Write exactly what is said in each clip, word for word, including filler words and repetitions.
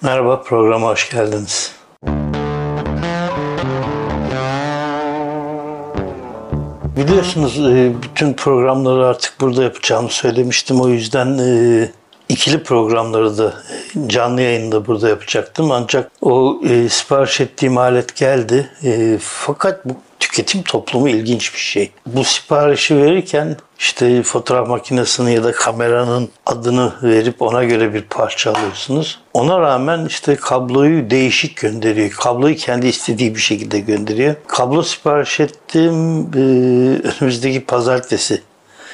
Merhaba, programa hoş geldiniz. Biliyorsunuz bütün programları artık burada yapacağımı söylemiştim. O yüzden ikili programları da canlı yayında burada yapacaktım. Ancak o sipariş ettiğim alet geldi. Fakat bu tüketim toplumu ilginç bir şey. Bu siparişi verirken işte fotoğraf makinesinin ya da kameranın adını verip ona göre bir parça alıyorsunuz. Ona rağmen işte kabloyu değişik gönderiyor. Kabloyu kendi istediği bir şekilde gönderiyor. Kablo sipariş ettim önümüzdeki pazartesi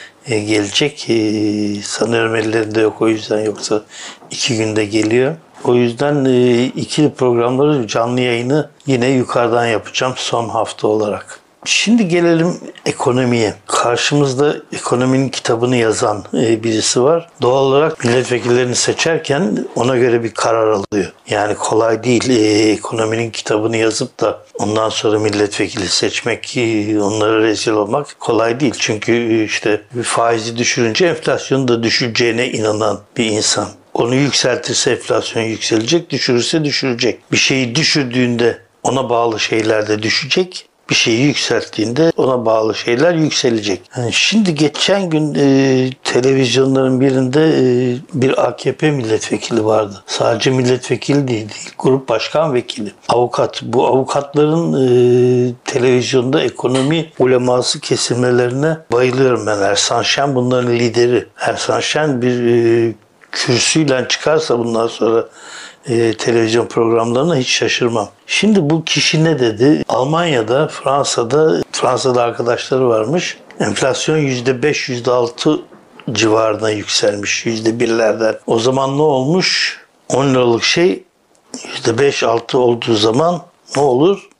gelecek. Sanıyorum ellerinde yok, o yüzden, yoksa iki günde geliyor. O yüzden ikili programları canlı yayını yine yukarıdan yapacağım son hafta olarak. Şimdi gelelim ekonomiye. Karşımızda ekonominin kitabını yazan birisi var. Doğal olarak milletvekillerini seçerken ona göre bir karar alıyor. Yani kolay değil ekonominin kitabını yazıp da ondan sonra milletvekili seçmek, onlara rezil olmak kolay değil. Çünkü işte faizi düşürünce enflasyonu da düşeceğine inanan bir insan. Onu yükseltirse enflasyon yükselecek, düşürürse düşürecek. Bir şeyi düşürdüğünde ona bağlı şeyler de düşecek. Bir şeyi yükselttiğinde ona bağlı şeyler yükselecek. Yani şimdi geçen gün e, televizyonların birinde e, bir A K P milletvekili vardı. Sadece milletvekili değil, değil grup başkan vekili. Avukat. Bu avukatların e, televizyonda ekonomi uleması kesilmelerine bayılıyorum ben. Ersan Şen bunların lideri. Ersan Şen bir e, kürsüyle çıkarsa bundan sonra e, televizyon programlarına hiç şaşırmam. Şimdi bu kişi ne dedi? Almanya'da, Fransa'da, Fransa'da arkadaşları varmış. Enflasyon yüzde beş, yüzde altı civarına yükselmiş. yüzde birlerden. O zaman ne olmuş? on liralık şey yüzde beş altı olduğu zaman ne olur?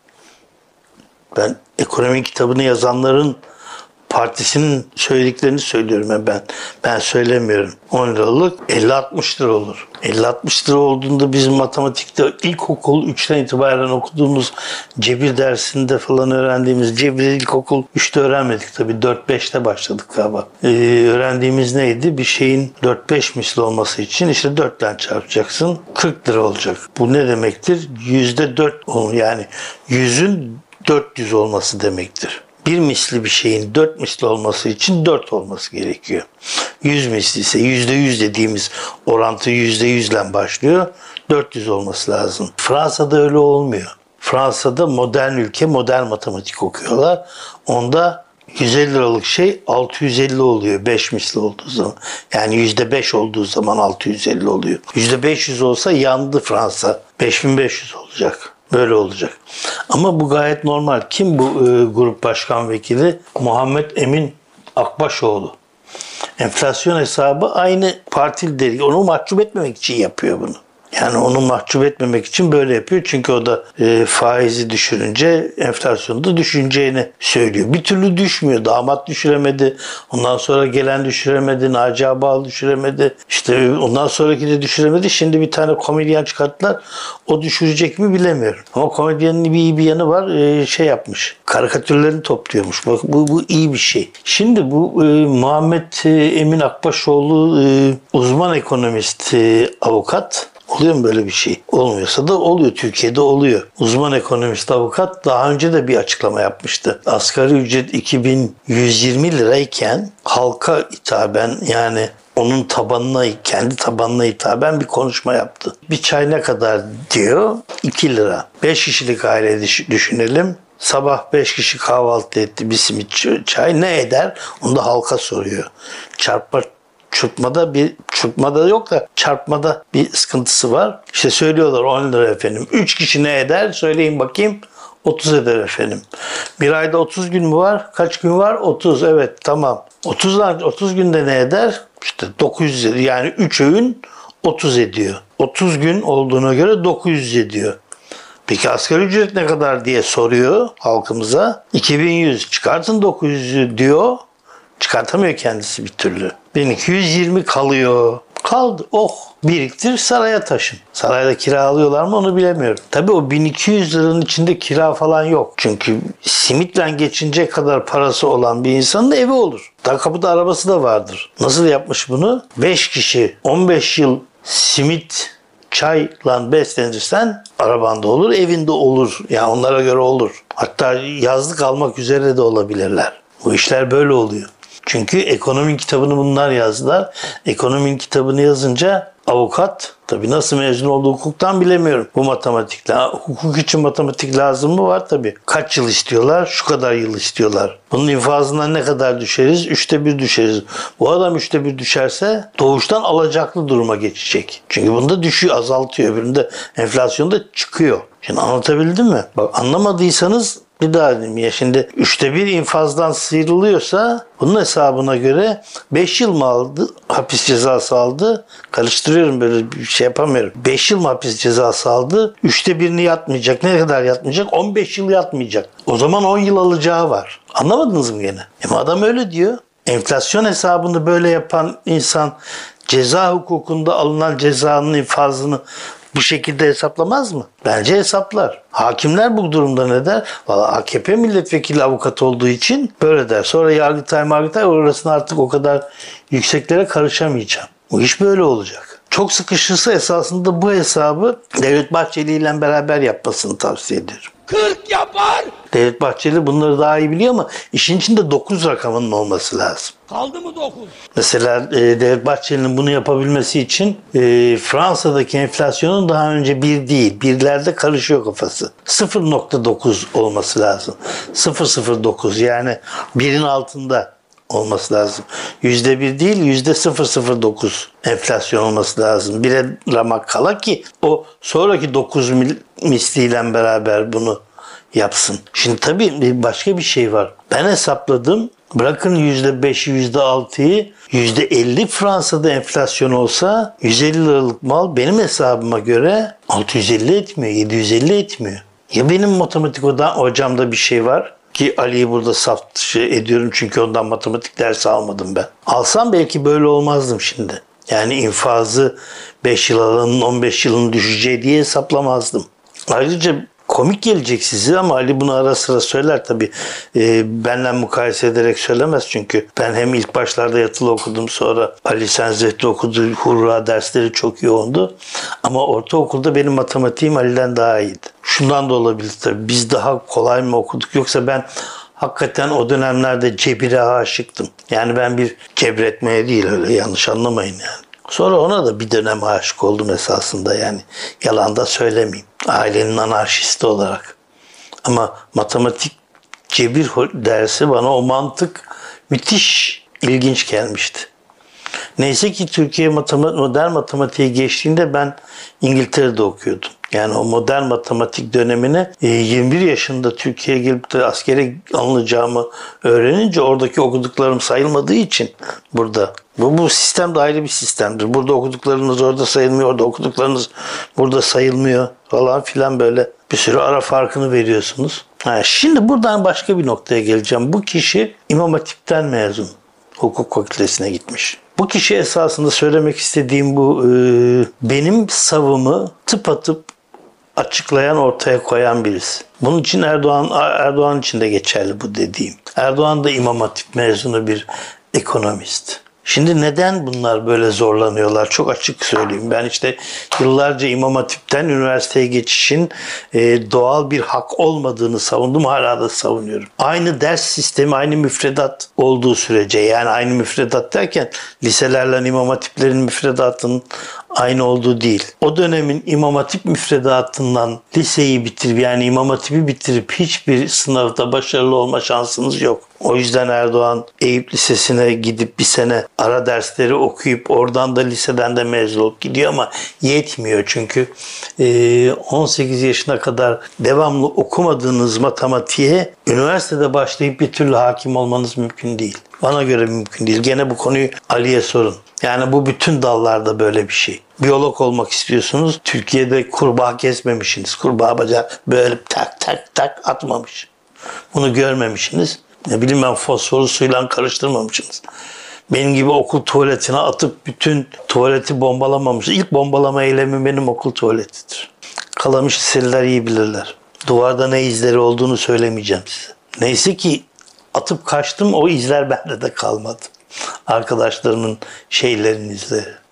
Ben ekonomi kitabını yazanların partisinin söylediklerini söylüyorum ben. Ben, ben söylemiyorum. on liralık elli altmış lira olur. elli altmış lira olduğunda bizim matematikte ilkokul üçten itibaren okuduğumuz cebir dersinde falan öğrendiğimiz cebiri ilkokul üçte öğrenmedik tabii. dört beşte başladık galiba. Ee, öğrendiğimiz neydi? Bir şeyin dört beş misli olması için işte dörtten çarpacaksın. kırk lira olacak. Bu ne demektir? yüzde dört yani yüzün dört yüz olması demektir. Bir misli bir şeyin dört misli olması için dört olması gerekiyor. yüz misli ise yüzde yüz dediğimiz orantı yüzde yüzle başlıyor. dört yüz olması lazım. Fransa'da öyle olmuyor. Fransa'da modern ülke, modern matematik okuyorlar. Onda yüz elli liralık şey altı yüz elli oluyor beş misli olduğu zaman. Yani yüzde beş olduğu zaman altı yüz elli oluyor. yüzde beş yüz olsa yandı Fransa. beş bin beş yüz olacak. Böyle olacak. Ama bu gayet normal. Kim bu e, grup başkan vekili? Muhammed Emin Akbaşoğlu. Enflasyon hesabı aynı partili değil. Onu mahcup etmemek için yapıyor bunu. Yani onu mahcup etmemek için böyle yapıyor. Çünkü o da e, faizi düşürünce enflasyonu da düşüneceğini söylüyor. Bir türlü düşmüyor. Damat düşüremedi. Ondan sonra gelen düşüremedi. Naci Ağbal düşüremedi. İşte ondan sonraki de düşüremedi. Şimdi bir tane komedyen çıkarttılar. O düşürecek mi bilemiyorum. Ama komedyenin bir iyi bir yanı var. E, şey yapmış. Karikatürlerini topluyormuş. Bak bu, bu iyi bir şey. Şimdi bu e, Muhammed e, Emin Akbaşoğlu e, uzman ekonomist, e, avukat. Oluyor mu böyle bir şey? Olmuyorsa da oluyor. Türkiye'de oluyor. Uzman ekonomist avukat daha önce de bir açıklama yapmıştı. Asgari ücret iki bin yüz yirmi lirayken halka hitaben, yani onun tabanına, kendi tabanına hitaben bir konuşma yaptı. Bir çay ne kadar diyor? iki lira. beş kişilik aile düşünelim. Sabah beş kişi kahvaltı etti. Bir simit çay ne eder? Onu da halka soruyor. Çarpma Çırpmada bir çırpmada yok da çarpmada bir sıkıntısı var. İşte söylüyorlar on lira efendim. üç kişi ne eder? Söyleyin bakayım. otuz eder efendim. Bir ayda otuz gün mü var? Kaç gün var? otuz. Evet, tamam. otuz, otuz günde ne eder? İşte dokuz yüz ediyor. Yani üç öğün otuz ediyor. otuz gün olduğuna göre dokuz yüz ediyor. Peki asgari ücret ne kadar diye soruyor halkımıza. iki bin yüz çıkartın dokuz yüzü diyor. Çıkartamıyor kendisi bir türlü. bin iki yüz yirmi kalıyor. Kaldı. Oh. Biriktir, saraya taşın. Sarayda kira alıyorlar mı onu bilemiyorum. Tabii o bin iki yüz liranın içinde kira falan yok. Çünkü simitle geçinecek kadar parası olan bir insanın da evi olur. Daha kapıda arabası da vardır. Nasıl yapmış bunu? beş kişi on beş yıl simit çayla beslenirsen arabanda olur, evinde olur. Yani onlara göre olur. Hatta yazlık almak üzere de olabilirler. Bu işler böyle oluyor. Çünkü ekonomi kitabını bunlar yazdılar. Ekonomi kitabını yazınca avukat, tabii nasıl mezun olduğu hukuktan bilemiyorum. Bu matematikle. Hukuk için matematik lazım mı? Var tabii. Kaç yıl istiyorlar? Şu kadar yıl istiyorlar. Bunun infazından ne kadar düşeriz? Üçte bir düşeriz. Bu adam üçte bir düşerse doğuştan alacaklı duruma geçecek. Çünkü bunda düşüyor, azaltıyor. Öbüründe enflasyonda çıkıyor. Şimdi anlatabildim mi? Bak, anlamadıysanız bir daha diyeyim ya, şimdi üçte bir infazdan sıyrılıyorsa bunun hesabına göre beş yıl mı aldı, hapis cezası aldı? Karıştırıyorum, böyle bir şey yapamıyorum. beş yıl mı hapis cezası aldı? üçte birini yatmayacak. Ne kadar yatmayacak? on beş yıl yatmayacak. O zaman on yıl alacağı var. Anlamadınız mı gene? Ama adam öyle diyor. Enflasyon hesabını böyle yapan insan ceza hukukunda alınan cezanın infazını bu şekilde hesaplamaz mı? Bence hesaplar. Hakimler bu durumda ne der? Valla A K P milletvekili avukat olduğu için böyle der. Sonra Yargıtay, Margıtay, orasına artık o kadar yükseklere karışamayacağım. Bu iş böyle olacak. Çok sıkışırsa esasında bu hesabı Devlet Bahçeli ile beraber yapmasını tavsiye ederim. kırk yapar. Devlet Bahçeli bunları daha iyi biliyor ama işin içinde dokuz rakamının olması lazım. Kaldı mı dokuz? Mesela e, Devlet Bahçeli'nin bunu yapabilmesi için e, Fransa'daki enflasyonun daha önce bir değil, birlerde karışıyor kafası. sıfır nokta dokuz olması lazım. sıfır nokta sıfır dokuz, yani birin altında olması lazım. Yüzde bir değil, yüzde sıfır nokta sıfır dokuz enflasyon olması lazım. Bire ramak kala ki o sonraki dokuz misliyle beraber bunu yapsın. Şimdi tabii başka bir şey var. Ben hesapladım. Bırakın yüzde beşi, yüzde altıyı, yüzde elli Fransa'da enflasyon olsa yüz elli liralık mal benim hesabıma göre altı yüz elli etmiyor, yedi yüz elli etmiyor. Ya benim matematik hocamda bir şey var ki Ali'yi burada saf şey ediyorum çünkü ondan matematik dersi almadım ben. Alsam belki böyle olmazdım şimdi. Yani infazı beş yıl alanın on beş yılın düşeceği diye hesaplamazdım. Ayrıca komik gelecek size ama Ali bunu ara sıra söyler tabii. E, benimle mukayese ederek söylemez çünkü ben hem ilk başlarda yatılı okudum, sonra Ali Senzehti okudu, Hurra dersleri çok yoğundu. Ama ortaokulda benim matematiğim Ali'den daha iyiydi. Şundan da olabilir tabii, biz daha kolay mı okuduk, yoksa ben hakikaten o dönemlerde cebire aşıktım. Yani ben bir cebretmeye değil, öyle yanlış anlamayın yani. Sonra ona da bir dönem aşık oldum esasında, yani yalan da söylemeyeyim. Ailenin anarşisti olarak. Ama matematik cebir dersi bana, o mantık müthiş ilginç gelmişti. Neyse ki Türkiye matematik, modern matematiğe geçtiğinde ben İngiltere'de okuyordum. Yani o modern matematik dönemine yirmi bir yaşında Türkiye'ye gelip de askere alınacağımı öğrenince oradaki okuduklarım sayılmadığı için burada. Bu, bu sistem de ayrı bir sistemdir. Burada okuduklarınız orada sayılmıyor, orada okuduklarınız burada sayılmıyor falan filan, böyle bir sürü ara farkını veriyorsunuz. Ha, şimdi buradan başka bir noktaya geleceğim. Bu kişi İmam Hatip'ten mezun. Hukuk fakültesine gitmiş. Bu kişi esasında söylemek istediğim bu, e, benim savımı tıpatıp açıklayan, ortaya koyan birisi. Bunun için Erdoğan Erdoğan için de geçerli bu dediğim. Erdoğan da İmam Hatip mezunu bir ekonomist. Şimdi neden bunlar böyle zorlanıyorlar? Çok açık söyleyeyim. Ben işte yıllarca İmam Hatip'ten üniversiteye geçişin e, doğal bir hak olmadığını savundum. Hala da savunuyorum. Aynı ders sistemi, aynı müfredat olduğu sürece, yani aynı müfredat derken liselerle İmam Hatiplerin müfredatının aynı olduğu değil. O dönemin İmam Hatip müfredatından liseyi bitirip, yani İmam Hatip'i bitirip hiçbir sınavda başarılı olma şansınız yok. O yüzden Erdoğan Eyüp Lisesi'ne gidip bir sene ara dersleri okuyup oradan da liseden de mezun olup gidiyor ama yetmiyor. Çünkü on sekiz yaşına kadar devamlı okumadığınız matematiğe üniversitede başlayıp bir türlü hakim olmanız mümkün değil. Bana göre mümkün değil. Gene bu konuyu Ali'ye sorun. Yani bu bütün dallarda böyle bir şey. Biyolog olmak istiyorsunuz. Türkiye'de kurbağa kesmemişsiniz. Kurbağa bacağı böyle tak tak tak atmamış. Bunu görmemişsiniz. Ne bileyim ben, fosforu suyla karıştırmamışsınız. Benim gibi okul tuvaletine atıp bütün tuvaleti bombalamamış. İlk bombalama eylemi benim okul tuvaletidir. Kalamış liseliler iyi bilirler. Duvarda ne izleri olduğunu söylemeyeceğim size. Neyse ki atıp kaçtım, o izler bende de kalmadı. Arkadaşlarımın şeylerin izleri.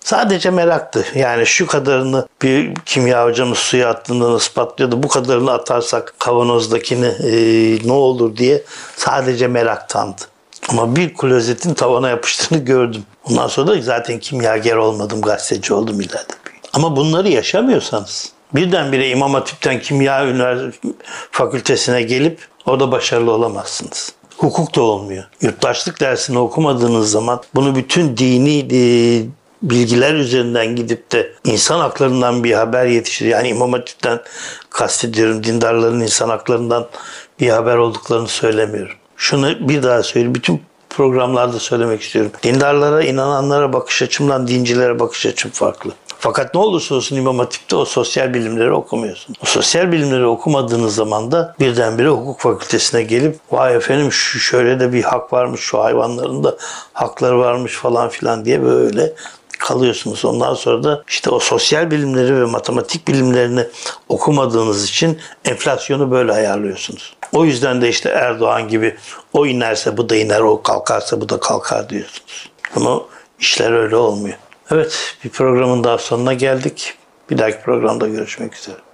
Sadece meraktı. Yani şu kadarını bir kimya hocamız suya attığından ispatlıyordu. Bu kadarını atarsak kavanozdakini e, ne olur diye sadece meraktandı. Ama bir klozetin tavana yapıştığını gördüm. Ondan sonra da zaten kimyager olmadım, gazeteci oldum ileride. Ama bunları yaşamıyorsanız, birdenbire İmam Hatip'ten Kimya Üniversitesi Fakültesine gelip orada başarılı olamazsınız. Hukuk da olmuyor. Yurttaşlık dersini okumadığınız zaman bunu bütün dini e, bilgiler üzerinden gidip de insan haklarından bir haber yetişir. Yani İmam Hatip'ten kastediyorum, dindarların insan haklarından bir haber olduklarını söylemiyorum. Şunu bir daha söyleyeyim, bütün programlarda söylemek istiyorum. Dindarlara, inananlara bakış açımla dincilere bakış açım farklı. Fakat ne olursa olsun İmam Hatip'te o sosyal bilimleri okumuyorsun. O sosyal bilimleri okumadığınız zaman da birdenbire hukuk fakültesine gelip vay efendim şu şöyle de bir hak varmış, şu hayvanların da hakları varmış falan filan diye böyle kalıyorsunuz. Ondan sonra da işte o sosyal bilimleri ve matematik bilimlerini okumadığınız için enflasyonu böyle ayarlıyorsunuz. O yüzden de işte Erdoğan gibi o inerse bu da iner, o kalkarsa bu da kalkar diyorsunuz. Ama işler öyle olmuyor. Evet, bir programın daha sonuna geldik. Bir dahaki programda görüşmek üzere.